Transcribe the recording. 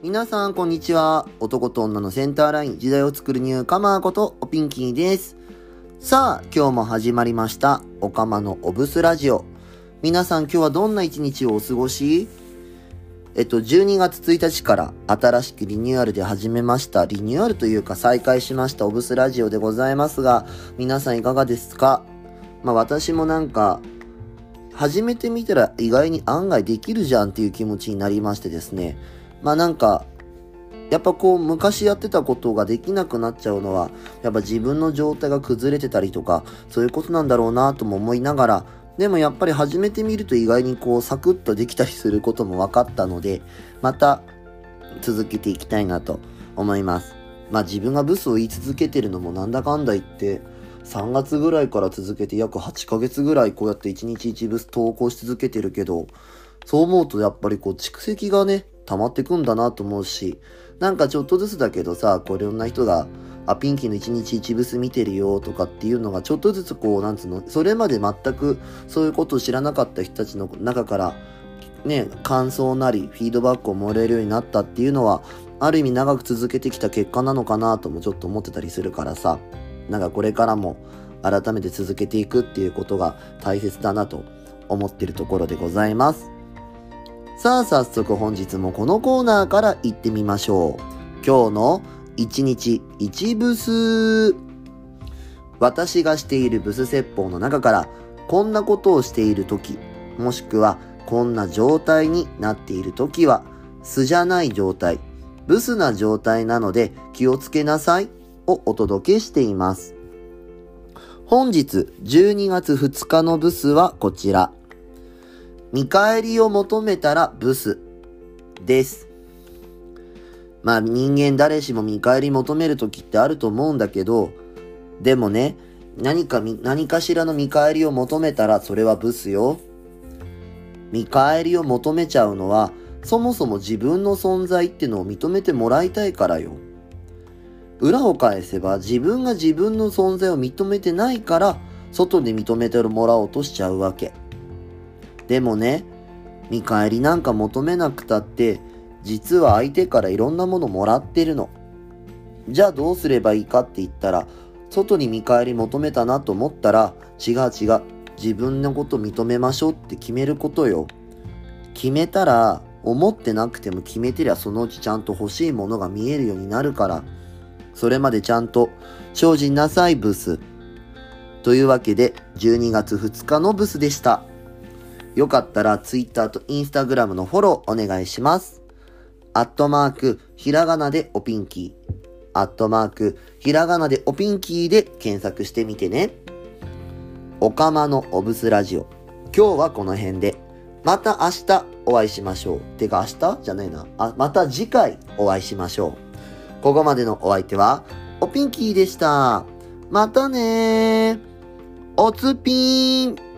皆さんこんにちは。男と女のセンターライン、時代を作るニューカマーことおピンキーです。さあ今日も始まりましたおかまのおブスラジオ。皆さん今日はどんな一日をお過ごし？12月1日から新しくリニューアルで始めました。リニューアルというか再開しましたおブスラジオでございますが、皆さんいかがですか？私も始めてみたら意外に案外できるじゃんっていう気持ちになりましてですね。やっぱ昔やってたことができなくなっちゃうのは、やっぱ自分の状態が崩れてたりとか、そういうことなんだろうなとも思いながら、でもやっぱり始めてみると意外にサクッとできたりすることも分かったので、また続けていきたいなと思います。自分がブスを言い続けてるのもなんだかんだ言って、3月ぐらいから続けて約8ヶ月ぐらいこうやって1日1ブス投稿し続けてるけど、そう思うとやっぱり蓄積がね、溜まってくんだなと思うし、ちょっとずつだけどさ、いろんな人が、ピンキーの1日1ブス見てるよとかっていうのがちょっとずつそれまで全くそういうことを知らなかった人たちの中からね、感想なりフィードバックをもらえるようになったっていうのは、ある意味長く続けてきた結果なのかなともちょっと思ってたりするからさ、これからも改めて続けていくっていうことが大切だなと思ってるところでございます。さあ早速本日もこのコーナーから行ってみましょう。今日の1日1ブス。私がしているブス説法の中からこんなことをしているとき、もしくはこんな状態になっているときは素じゃない状態、ブスな状態なので気をつけなさいをお届けしています。本日12月2日のブスはこちら。見返りを求めたらブスです。人間誰しも見返り求める時ってあると思うんだけど、でもね、何かしらの見返りを求めたらそれはブスよ。見返りを求めちゃうのは、そもそも自分の存在ってのを認めてもらいたいからよ。裏を返せば自分が自分の存在を認めてないから、外で認めてもらおうとしちゃうわけ。でもね、見返りなんか求めなくたって、実は相手からいろんなものもらってるの。じゃあどうすればいいかって言ったら、外に見返り求めたなと思ったら、違う、自分のこと認めましょうって決めることよ。決めたら、思ってなくても決めてりゃそのうちちゃんと欲しいものが見えるようになるから、それまでちゃんと精進なさいブス。というわけで、12月2日のブスでした。よかったら Twitter と Instagram のフォローお願いします。ひらがなでおピンキー。ひらがなでおピンキーで検索してみてね。おかまのおブスラジオ。今日はこの辺で。また明日お会いしましょう。てか明日じゃないな。また次回お会いしましょう。ここまでのお相手はおピンキーでした。またねー。おつぴーん。